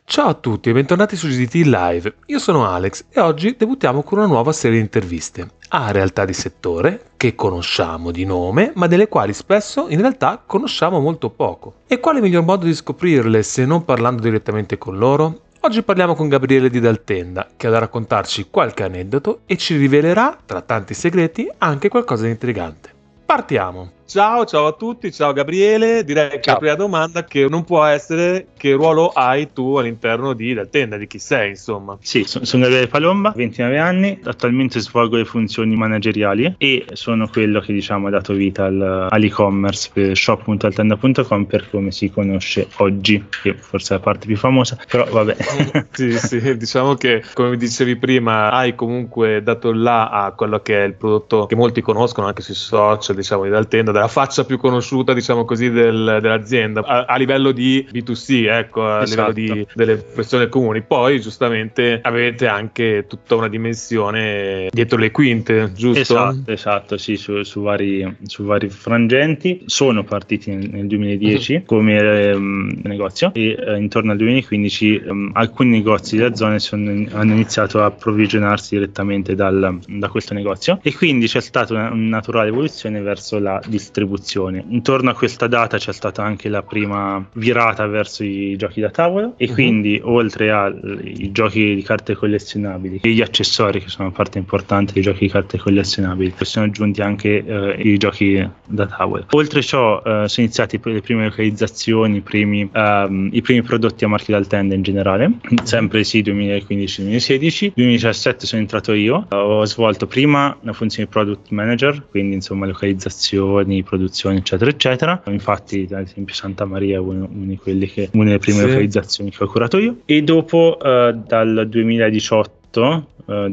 Ciao a tutti e bentornati su GDT Live. Io sono Alex e oggi debuttiamo con una nuova serie di interviste a realtà di settore che conosciamo di nome, ma delle quali spesso in realtà conosciamo molto poco. E quale miglior modo di scoprirle se non parlando direttamente con loro? Oggi parliamo con Gabriele di Daltenda, che ha da raccontarci qualche aneddoto e ci rivelerà, tra tanti segreti, anche qualcosa di intrigante. Partiamo! Ciao a tutti, ciao Gabriele. Direi che la Ciao. prima domanda che non può essere: che ruolo hai tu all'interno di Daltenda, di chi sei, insomma? Sì, sono Gabriele Palomba, 29 anni, attualmente svolgo le funzioni manageriali e sono quello che ha dato vita all'e-commerce per shop.daltenda.com per come si conosce oggi, che forse è la parte più famosa, però vabbè. Sì, diciamo che come dicevi prima hai comunque dato là a quello che è il prodotto che molti conoscono anche sui social, diciamo, di Daltenda, la faccia più conosciuta, diciamo così, dell'azienda a livello di B2C, ecco, a Esatto. livello delle persone comuni. Poi giustamente avete anche tutta una dimensione dietro le quinte, giusto? Esatto, sì, su vari frangenti. Sono partiti nel 2010 come negozio e intorno al 2015 alcuni negozi della zona hanno iniziato a approvvigionarsi direttamente da questo negozio, e quindi c'è stata una naturale evoluzione verso la distribuzione. Intorno a questa data c'è stata anche la prima virata verso i giochi da tavolo, e quindi oltre ai giochi di carte collezionabili e gli accessori, che sono parte importante dei giochi di carte collezionabili, sono aggiunti anche i giochi da tavolo. Oltre ciò sono iniziati le prime localizzazioni, i primi prodotti a marchio Daltenda in generale, sempre sì, 2015-2016. 2017 sono entrato io, ho svolto prima la funzione di product manager, quindi insomma localizzazioni, produzioni eccetera eccetera. Infatti ad esempio Santa Maria è una delle prime localizzazioni che ho curato io, e dopo dal 2018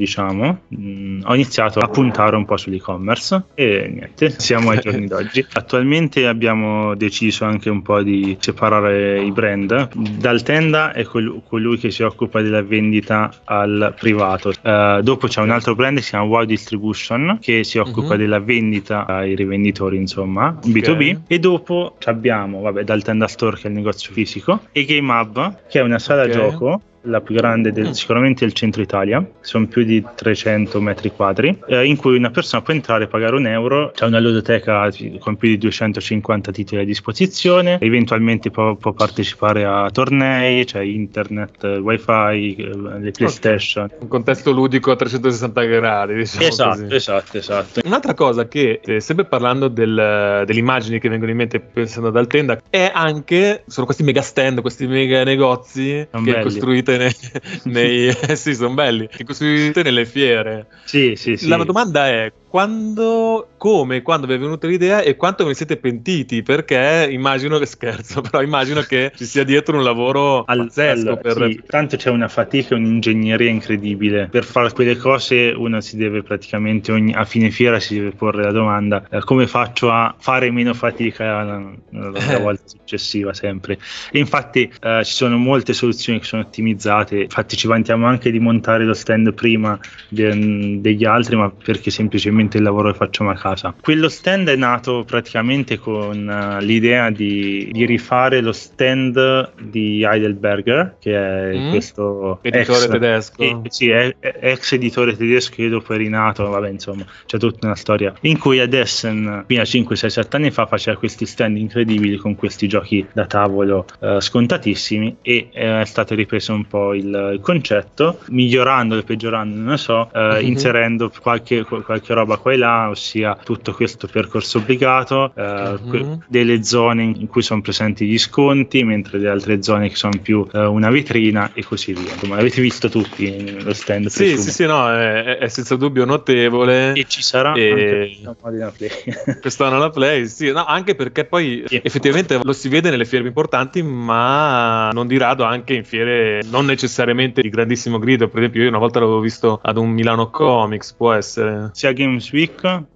ho iniziato a puntare un po' sull'e-commerce e niente, siamo ai giorni d'oggi. Attualmente abbiamo deciso anche un po' di separare i brand. Daltenda è colui che si occupa della vendita al privato, dopo c'è un altro brand che si chiama Wow Distribution, che si occupa della vendita ai rivenditori, insomma B2B, e dopo abbiamo Daltenda Store, che è il negozio fisico, e Game Hub, che è una sala gioco, la più grande sicuramente del centro Italia, sono più di 300 metri quadri, in cui una persona può entrare, pagare €1, c'è una ludoteca con più di 250 titoli a disposizione, eventualmente può partecipare a tornei, c'è internet, wifi, le PlayStation. Un contesto ludico a 360 gradi, diciamo così. Esatto. Un'altra cosa che, sempre parlando delle immagini che vengono in mente pensando ad Daltenda, è anche, sono questi mega stand, questi mega negozi che costruite sì, sono belli, che costruite nelle fiere. Sì. La domanda è: quando vi è venuta l'idea e quanto ve ne siete pentiti? Perché immagino che ci sia dietro un lavoro pazzesco. Sì, tanto c'è una fatica, un'ingegneria incredibile. Per fare quelle cose uno si deve praticamente a fine fiera si deve porre la domanda: come faccio a fare meno fatica la volta successiva sempre? E infatti ci sono molte soluzioni che sono ottimizzate. Infatti ci vantiamo anche di montare lo stand prima degli altri, ma perché semplicemente il lavoro lo facciamo a casa. Quello stand è nato praticamente con l'idea di rifare lo stand di Heidelberger, che è questo editore tedesco. Ex editore tedesco, che dopo è rinato, insomma c'è tutta una storia, in cui ad Essen fino a 5-6-7 anni fa faceva questi stand incredibili con questi giochi da tavolo scontatissimi, e è stato ripreso un po' il concetto, migliorandolo e peggiorando, non lo so, inserendo qualche roba qua e là, ossia tutto questo percorso obbligato, delle zone in cui sono presenti gli sconti, mentre le altre zone che sono più una vetrina, e così via. Insomma, l'avete visto tutti lo stand? Sì, no, è senza dubbio notevole, e ci sarà anche quest'anno Play. Quest'anno alla Play, sì, no, anche perché poi effettivamente lo si vede nelle fiere più importanti, ma non di rado anche in fiere non necessariamente di grandissimo grido. Per esempio io una volta l'avevo visto ad un Milano Comics, può essere, sia Games Week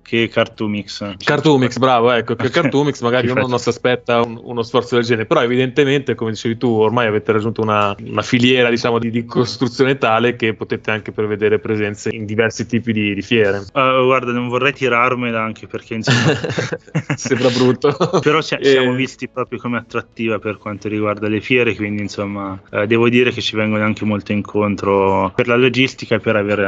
che Cartoomix. Cartoomix, bravo, ecco, che Cartoomix magari uno non si aspetta uno sforzo del genere, però evidentemente, come dicevi tu, ormai avete raggiunto una filiera, diciamo, di costruzione tale che potete anche prevedere presenze in diversi tipi di fiere. Guarda, non vorrei tirarmela, anche perché insomma sembra brutto, però siamo visti proprio come attrattiva per quanto riguarda le fiere, quindi insomma devo dire che ci vengono anche molto incontro per la logistica e per avere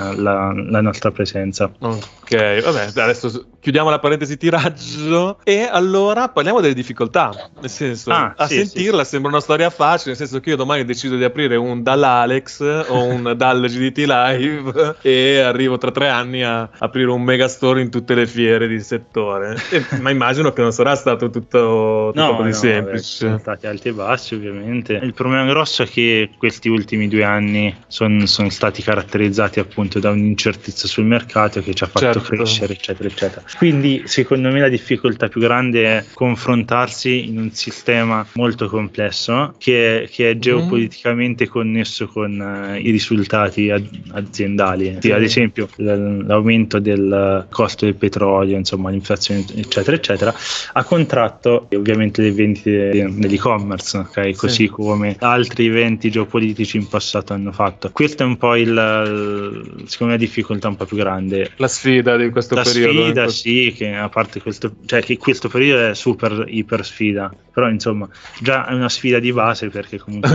la nostra presenza. Ok, vabbè, adesso chiudiamo la parentesi tiraggio e allora parliamo delle difficoltà, nel senso, sentirla sembra una storia facile, nel senso che io domani decido di aprire un dall'Alex o un dal GDT Live e arrivo tra 3 anni a aprire un megastore in tutte le fiere di settore, ma immagino che non sarà stato tutto così semplice. Sono stati alti e bassi, ovviamente. Il problema grosso è che questi ultimi 2 anni sono stati caratterizzati appunto da un'incertezza sul mercato che ci ha fatto crescere, eccetera eccetera. Quindi secondo me la difficoltà più grande è confrontarsi in un sistema molto complesso che è geopoliticamente connesso con i risultati aziendali. Ad esempio l'aumento del costo del petrolio, insomma l'inflazione, eccetera eccetera, ha contratto ovviamente le vendite dell'e-commerce, ok? Così come altri eventi geopolitici in passato hanno fatto. Questa è un po' secondo me la difficoltà un po' più grande. La sfida di questo periodo. La sfida, sì, che a parte questo, cioè che questo periodo è super iper sfida, però insomma già è una sfida di base, perché comunque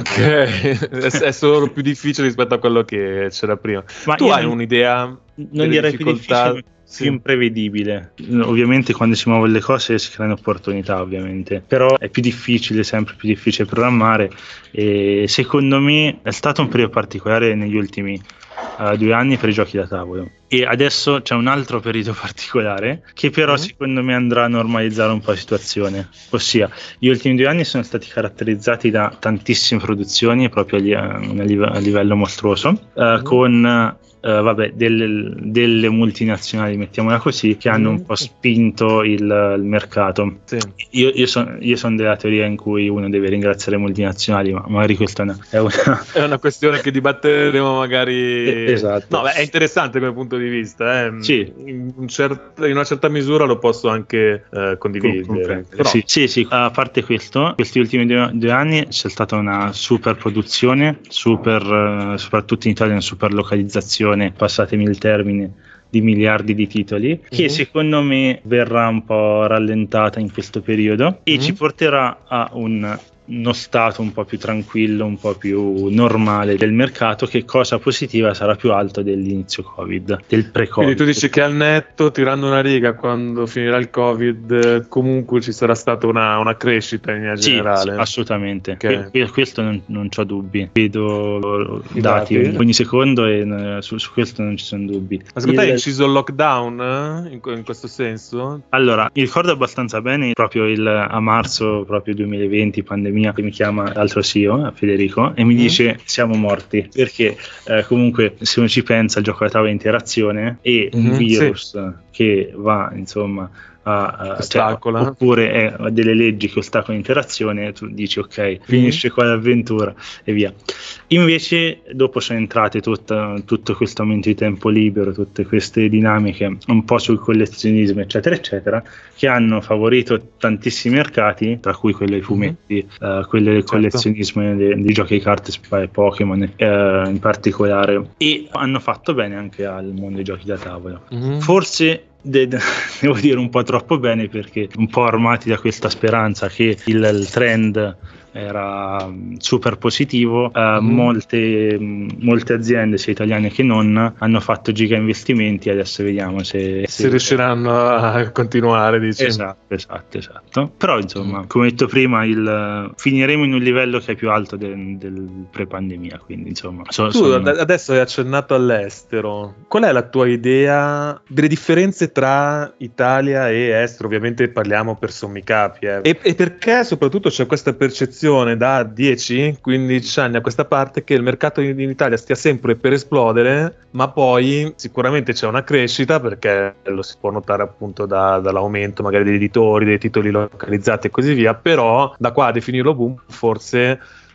è solo più difficile rispetto a quello che c'era prima. Ma tu hai un'idea? Non direi più difficile, più imprevedibile. Ovviamente quando si muovono le cose si creano opportunità, ovviamente, però è più difficile, sempre più difficile programmare, e secondo me è stato un periodo particolare negli ultimi 2 anni per i giochi da tavolo, e adesso c'è un altro periodo particolare che però secondo me andrà a normalizzare un po' la situazione, ossia gli ultimi 2 anni sono stati caratterizzati da tantissime produzioni proprio a livello mostruoso, con delle multinazionali, mettiamola così, che hanno un po' spinto il mercato. Io sono della teoria in cui uno deve ringraziare le multinazionali, ma magari questa è una questione che dibatteremo magari. Esatto. No, beh, è interessante come punto di vista. Sì. In una certa misura lo posso anche condividere. Però... Sì. A parte questo, questi ultimi 2 anni c'è stata una super produzione, soprattutto in Italia, una super localizzazione, passatemi il termine, di miliardi di titoli, che secondo me verrà un po' rallentata in questo periodo e ci porterà a uno stato un po' più tranquillo, un po' più normale del mercato, che cosa positiva sarà più alto dell'inizio Covid, del pre-Covid. Quindi tu dici che al netto, tirando una riga, quando finirà il Covid, comunque ci sarà stata una crescita in linea generale? Sì, assolutamente. Okay. Questo non c'ho dubbi. Vedo dati ogni secondo e su questo non ci sono dubbi. Ma secondo te è inciso il lockdown in questo senso? Allora, mi ricordo abbastanza bene proprio a marzo proprio 2020, pandemia, che mi chiama l'altro CEO, Federico, e mi dice siamo morti, perché comunque se uno ci pensa, il gioco da tavola è interazione e un virus che va insomma oppure delle leggi che ostacolano l'interazione, tu dici ok, finisce qua l'avventura e via. Invece dopo sono entrate tutto questo aumento di tempo libero, tutte queste dinamiche un po' sul collezionismo, eccetera eccetera, che hanno favorito tantissimi mercati, tra cui quello dei fumetti, quello del collezionismo, dei giochi di carte, Pokémon in particolare, e hanno fatto bene anche al mondo dei giochi da tavolo. Forse devo dire un po' troppo bene, perché un po' armati da questa speranza che il trend era super positivo, molte aziende, sia italiane che non, hanno fatto giga investimenti, adesso vediamo se riusciranno a continuare, dici. Esatto. Però insomma, come detto prima, finiremo in un livello che è più alto del pre-pandemia, quindi insomma tu adesso hai accennato all'estero. Qual è la tua idea delle differenze tra Italia e estero? Ovviamente parliamo per sommi capi, e perché soprattutto c'è questa percezione da 10-15 anni a questa parte che il mercato in Italia stia sempre per esplodere, ma poi sicuramente c'è una crescita, perché lo si può notare appunto dall'aumento magari degli editori, dei titoli localizzati e così via, però da qua a definirlo boom forse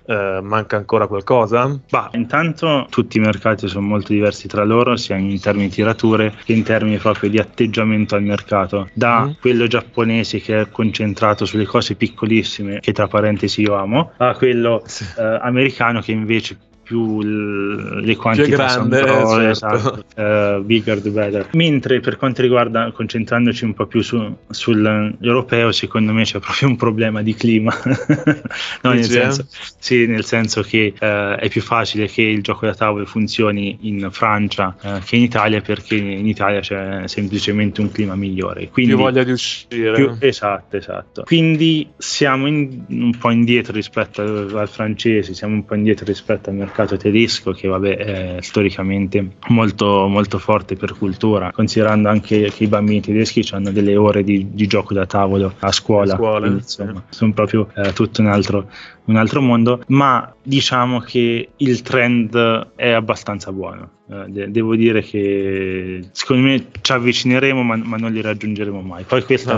manca ancora qualcosa? Bah, intanto tutti i mercati sono molto diversi tra loro, sia in termini di tirature che in termini proprio di atteggiamento al mercato. Da quello giapponese che è concentrato sulle cose piccolissime, che tra parentesi io amo, a quello americano che invece più le quantità sono grande, esatto, bigger the better. Mentre per quanto riguarda, concentrandoci un po' più sull'europeo, secondo me c'è proprio un problema di clima. No, nel senso che è più facile che il gioco da tavolo funzioni in Francia che in Italia, perché in Italia c'è semplicemente un clima migliore, quindi più voglia di uscire. Esatto. Quindi siamo un po' indietro rispetto al francese, siamo un po' indietro rispetto al mercato tedesco, che vabbè è storicamente molto molto forte per cultura, considerando anche che i bambini tedeschi hanno delle ore di gioco da tavolo a scuola, quindi, insomma, sono proprio tutto un altro mondo, ma diciamo che il trend è abbastanza buono. Devo dire che secondo me ci avvicineremo, ma non li raggiungeremo mai. Poi questa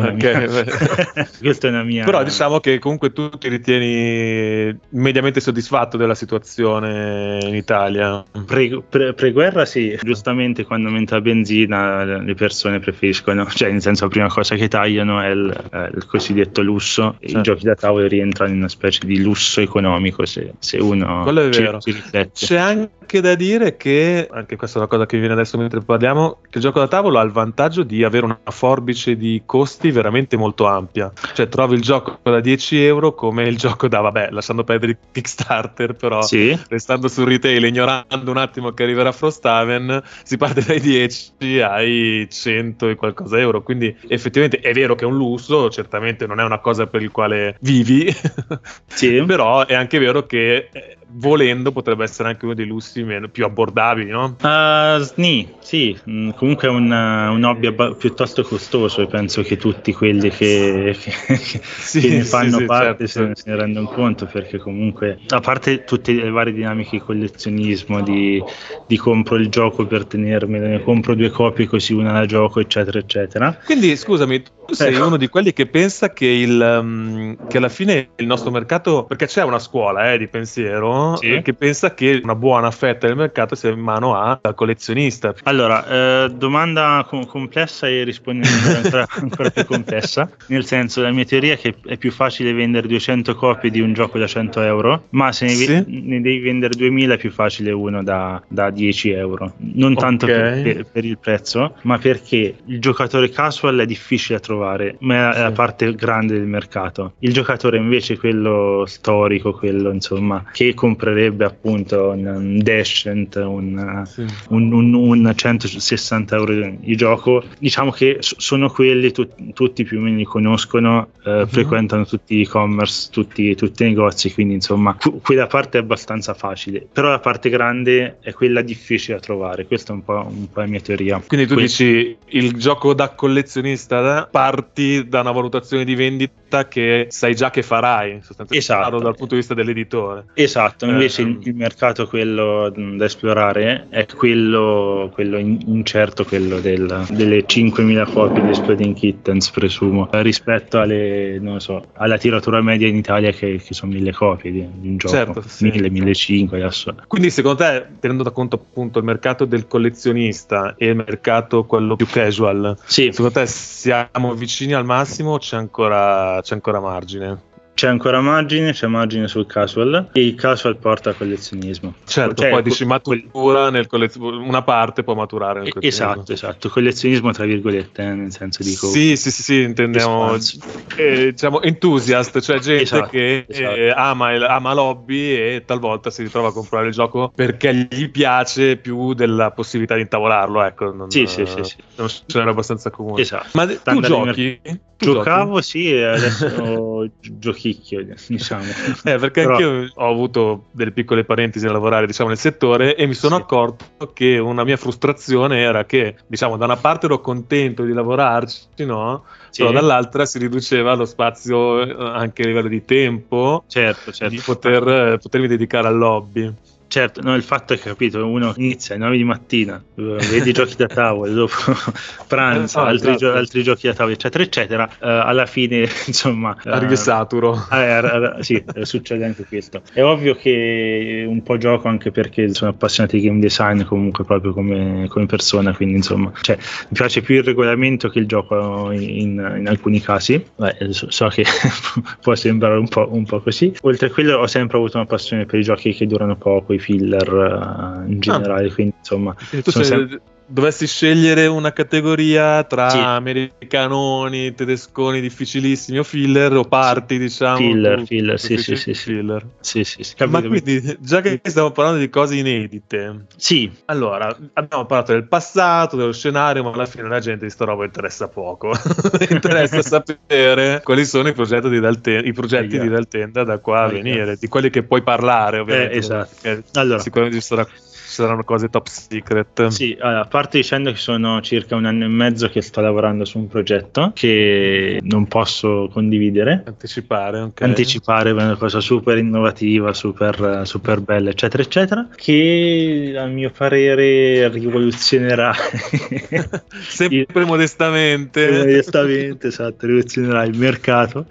è una mia Però diciamo che comunque tu ti ritieni mediamente soddisfatto della situazione in Italia? Pre-guerra sì, giustamente quando aumenta la benzina le persone preferiscono, cioè nel senso la prima cosa che tagliano è il cosiddetto lusso, i giochi da tavolo rientrano in una specie di lusso economico, se uno quello è vero. ci riflette. C'è anche da dire che, anche questa è una cosa che mi viene adesso mentre parliamo, che il gioco da tavolo ha il vantaggio di avere una forbice di costi veramente molto ampia, cioè trovi il gioco da 10 euro come il gioco da, vabbè, lasciando perdere il Kickstarter, però restando sul retail, ignorando un attimo che arriverà Frosthaven, si parte dai 10 ai 100 e qualcosa euro, quindi effettivamente è vero che è un lusso, certamente non è una cosa per il quale vivi, però è anche vero che volendo potrebbe essere anche uno dei lussi più abbordabili, no? Sì, comunque è un hobby piuttosto costoso, e penso che tutti quelli che ne fanno parte se ne rendono conto, perché comunque, a parte tutte le varie dinamiche di collezionismo, di compro il gioco per tenermelo, ne compro 2 copie così una la gioco, eccetera eccetera. Quindi scusami, tu sei uno di quelli che pensa che che alla fine il nostro mercato, perché c'è una scuola di pensiero che pensa che una buona fetta del mercato sia in mano al collezionista. Allora, domanda complessa e rispondo in maniera ancora più complessa, nel senso, la mia teoria è che è più facile vendere 200 copie di un gioco da 100 euro, ma se ne devi vendere 2000 è più facile uno da 10 euro, non tanto per il prezzo, ma perché il giocatore casual è difficile da trovare, ma è la parte grande del mercato. Il giocatore invece, quello storico, quello insomma che comprerebbe appunto un Descent, un 160 euro di gioco, diciamo che sono quelli tutti più o meno li conoscono, frequentano tutti gli e-commerce, tutti i negozi, quindi insomma quella parte è abbastanza facile, però la parte grande è quella difficile da trovare. Questa è un po' la mia teoria. Quindi tu dici il gioco da collezionista parti da una valutazione di vendita che sai già che farai, sostanzialmente, dal punto di vista dell'editore. Esatto, invece il mercato, quello da esplorare, è quello incerto, quello delle 5.000 copie di Exploding Kittens, presumo, rispetto alla tiratura media in Italia che sono 1.000 copie di un gioco, 1.000-1.500 adesso. Quindi secondo te, tenendo da conto appunto il mercato del collezionista e il mercato quello più casual, secondo te siamo vicini al massimo o c'è ancora margine? C'è ancora margine, c'è margine sul casual, e il casual porta al collezionismo. Certo, poi dici matura una parte può maturare nel collezionismo. Esatto, collezionismo tra virgolette, nel senso dico. Sì, intendiamo diciamo enthusiast, cioè gente che ama l'hobby e talvolta si ritrova a comprare il gioco perché gli piace più della possibilità di intavolarlo, ecco. Non c'era abbastanza comune. Esatto. Ma tu giochi? Giocavo, e adesso giochicchio, diciamo. Perché anch'io ho avuto delle piccole parentesi nel lavorare, diciamo, nel settore, e mi sono accorto che una mia frustrazione era che, diciamo, da una parte ero contento di lavorarci, no? Però dall'altra si riduceva lo spazio anche a livello di tempo, certo. di potermi dedicare all'hobby. certo, no, il fatto è che, capito, uno inizia alle 9 di mattina, vedi giochi da tavolo, dopo pranza, altri giochi da tavolo, eccetera, eccetera, alla fine, insomma... Arrivi saturo. Sì, succede anche questo. È ovvio che un po' gioco anche perché sono appassionato di game design comunque proprio come persona, quindi insomma, cioè, mi piace più il regolamento che il gioco in alcuni casi. So che può sembrare un po' così. Oltre a quello ho sempre avuto una passione per i giochi che durano poco, i filler in generale, quindi insomma... Dovessi scegliere una categoria tra americanoni, tedesconi difficilissimi o filler, o parti, diciamo filler, sì. Filler. Sì. Ma quindi, già che stiamo parlando di cose inedite, allora abbiamo parlato del passato, dello scenario, ma alla fine la gente di sta roba interessa poco. Interessa sapere quali sono i progetti di Dal Tenda da qua a venire, di quelli che puoi parlare, ovviamente. Esatto. Allora, sicuramente ci saranno cose top secret. Sì, allora, a parte dicendo che sono circa 1 anno e mezzo che sto lavorando su un progetto che non posso condividere. Anticipare, è una cosa super innovativa, super bella, eccetera, eccetera, che a mio parere rivoluzionerà sempre modestamente, esatto, rivoluzionerà il mercato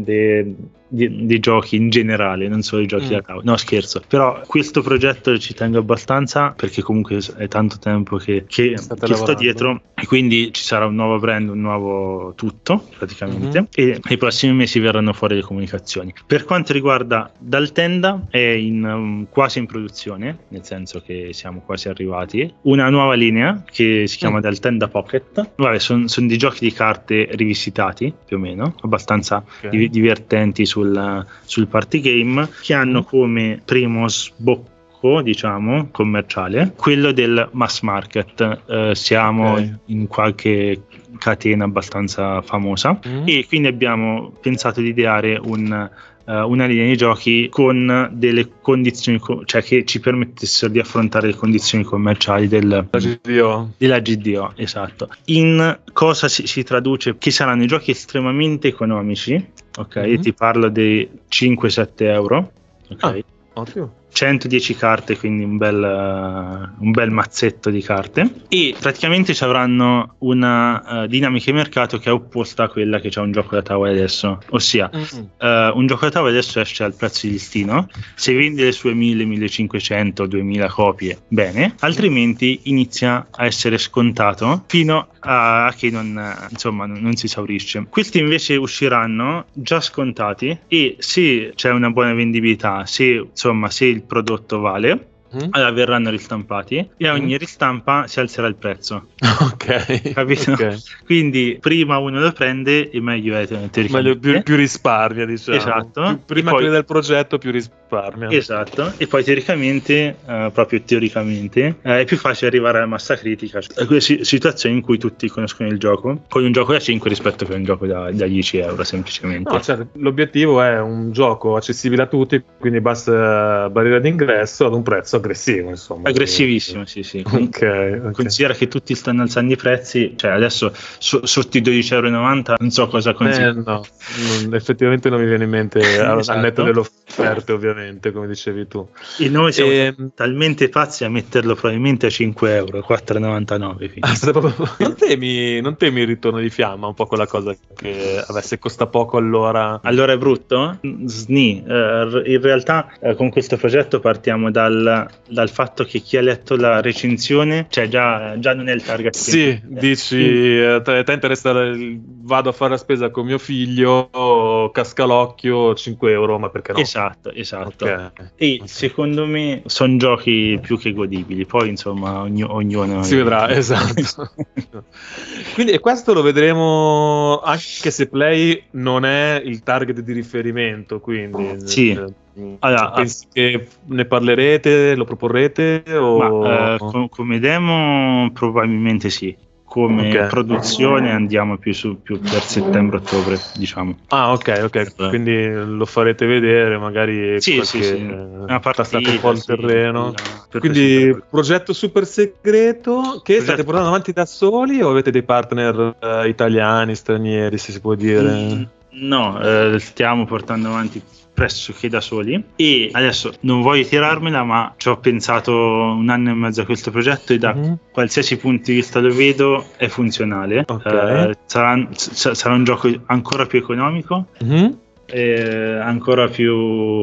di giochi in generale, non solo i giochi da tavolo. No, scherzo. Però questo progetto ci tengo abbastanza perché comunque è tanto tempo che sto dietro, e quindi ci sarà un nuovo brand, un nuovo tutto praticamente, e nei prossimi mesi verranno fuori le comunicazioni. Per quanto riguarda Dal Tenda, è quasi in produzione, nel senso che siamo quasi arrivati. Una nuova linea che si chiama Dal Tenda Pocket. Sono dei giochi di carte rivisitati, più o meno, abbastanza divertenti sul party game, che hanno come primo sbocco, diciamo, commerciale quello del mass market. Siamo in qualche catena abbastanza famosa, e quindi abbiamo pensato di ideare una linea di giochi con delle condizioni, cioè che ci permettessero di affrontare le condizioni commerciali della GDO, esatto. In cosa si traduce? Che saranno i giochi estremamente economici, ok? Ti parlo dei 5-7 euro, ok? Ottimo. 110 carte, quindi un bel mazzetto di carte, e praticamente ci avranno una dinamica di mercato che è opposta a quella che c'è un gioco da tavola adesso, ossia un gioco da tavola adesso esce al prezzo di listino, se vende le sue 1000, 1500, 2000 copie, bene, altrimenti inizia a essere scontato fino a che non si esaurisce. Questi invece usciranno già scontati, e se c'è una buona vendibilità, se il prodotto vale, allora verranno ristampati, e a ogni ristampa si alzerà il prezzo. Ok, capito? Quindi prima uno lo prende e meglio è, teoricamente. Più risparmia, diciamo. Esatto. Prima che veda il progetto, più risparmia. Esatto. E poi teoricamente, proprio teoricamente, è più facile arrivare alla massa critica, situazioni in cui tutti conoscono il gioco, con un gioco da 5 rispetto che un gioco da 10 euro semplicemente. No, certo, l'obiettivo è un gioco accessibile a tutti, quindi bassa barriera d'ingresso ad un prezzo aggressivo, insomma. Aggressivissimo, sì. Okay. Considera che tutti stanno alzando i prezzi, cioè adesso sotto i 12,90 €, non so cosa consigliare. No, effettivamente non mi viene in mente, esatto, al netto delle offerte, ovviamente, come dicevi tu. E noi siamo talmente pazzi a metterlo probabilmente a 5 euro, 4,99. Non temi il ritorno di fiamma, un po' quella cosa che se costa poco allora è brutto? Sni. In realtà con questo progetto partiamo dal fatto che chi ha letto la recensione, cioè già non è il target. Sì, dici te interessa, vado a fare la spesa con mio figlio, casca l'occhio, 5 euro, ma perché no? Esatto. Okay. E secondo me sono giochi più che godibili, poi insomma ognuno si vedrà, esatto. Quindi, e questo lo vedremo anche se Play non è il target di riferimento, quindi sì. Allora, pensi che ne parlerete, lo proporrete come demo probabilmente sì. Come produzione andiamo più per settembre-ottobre, diciamo. Ok. Quindi lo farete vedere, magari una partita, un po' il terreno. Quindi progetto super segreto che state portando avanti da soli, o avete dei partner italiani, stranieri, se si può dire? No, stiamo portando avanti pressoché da soli, e adesso non voglio tirarmela, ma ci ho pensato 1 anno e mezzo a questo progetto e da qualsiasi punto di vista lo vedo è funzionale. Ok. Sarà un gioco ancora più economico, ancora più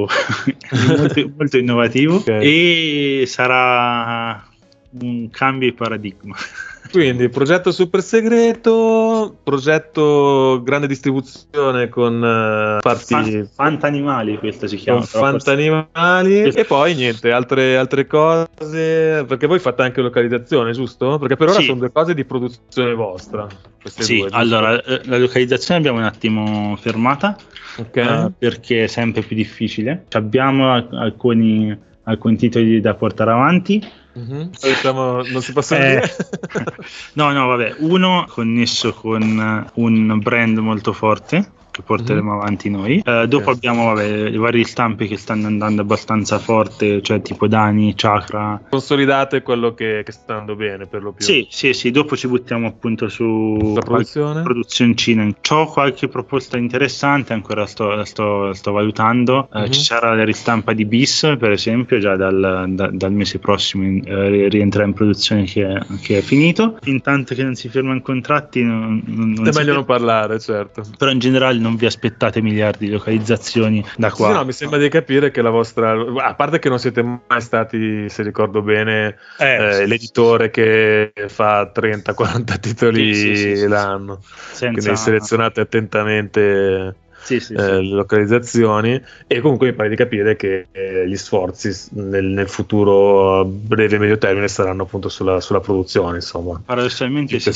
molto, molto innovativo, Ok. e sarà un cambio di paradigma. Quindi progetto super segreto, progetto grande distribuzione con parti Fantanimali, questo si chiama. con fantanimali e poi niente, altre cose, perché voi fate anche localizzazione, giusto? Perché per ora Sì. sono 2 cose di produzione vostra, queste Sì, 2, giusto? allora la localizzazione abbiamo un attimo fermata, Ok. perché è sempre più difficile. Abbiamo alcuni titoli da portare avanti. Diciamo, non si possono Eh, dire? no, vabbè, uno connesso con un brand molto forte che porteremo avanti noi. Dopo abbiamo, vabbè, le varie stampe che stanno andando abbastanza forte, cioè tipo Dani, Chakra. Consolidate quello che sta andando bene per lo più. Sì, dopo ci buttiamo appunto su La produzione? produzioncina. C'ho qualche proposta interessante, ancora sto valutando. Ci sarà la ristampa di Bis, per esempio, già dal mese prossimo rientrerà in produzione che è finito. Intanto che non si firmano contratti non È si meglio non parlare, certo. però in generale non vi aspettate miliardi di localizzazioni da Sì, qua. no, mi sembra di capire che la vostra, a parte che non siete mai stati, se ricordo bene, l'editore che fa 30-40 titoli Sì. l'anno, Senza... quindi selezionate attentamente Sì. le localizzazioni, e comunque mi pare di capire che gli sforzi nel futuro a breve e medio termine saranno appunto sulla produzione, insomma. Paradossalmente sì.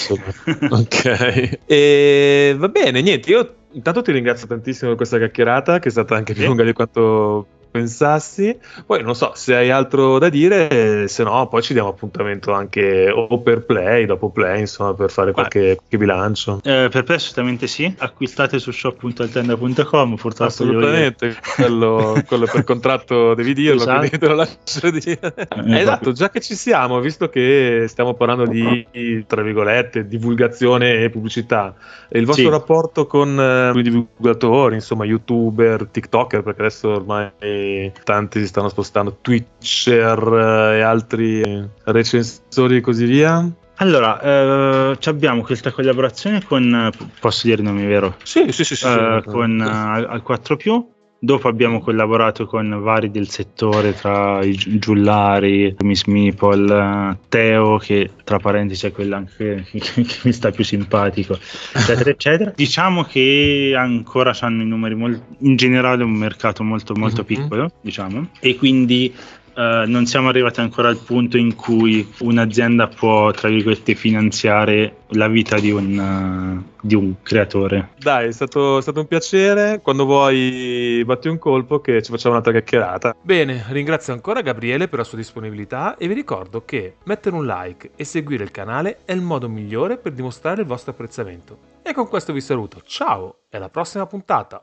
Ok, e va bene, niente, io intanto ti ringrazio tantissimo per questa chiacchierata, che è stata anche più lunga di quanto pensassi. Poi non so se hai altro da dire, se no poi ci diamo appuntamento anche o per Play, dopo Play, insomma, per fare qualche bilancio. Per me assolutamente sì. Acquistate su shop.altenda.com, purtroppo Assolutamente, quello per contratto devi dirlo, Esatto. quindi te lo lascio dire. Esatto, già che ci siamo, visto che stiamo parlando di, tra virgolette, divulgazione e pubblicità, il vostro rapporto con i divulgatori, insomma, youtuber, tiktoker, perché adesso ormai tanti si stanno spostando, twitcher e altri recensori e così via? Allora, abbiamo questa collaborazione con, posso dire i nomi, vero? Sì. Con al 4+. Dopo abbiamo collaborato con vari del settore, tra i Giullari, Miss Meeple, Teo, che tra parentesi è quello anche che mi sta più simpatico, eccetera, eccetera. Diciamo che ancora hanno i numeri in generale un mercato molto piccolo, diciamo, e quindi non siamo arrivati ancora al punto in cui un'azienda può, tra virgolette, finanziare la vita di un creatore. Dai, è stato un piacere. Quando vuoi batti un colpo che ci facciamo un'altra chiacchierata. Bene, ringrazio ancora Gabriele per la sua disponibilità e vi ricordo che mettere un like e seguire il canale è il modo migliore per dimostrare il vostro apprezzamento. E con questo vi saluto, ciao e alla prossima puntata!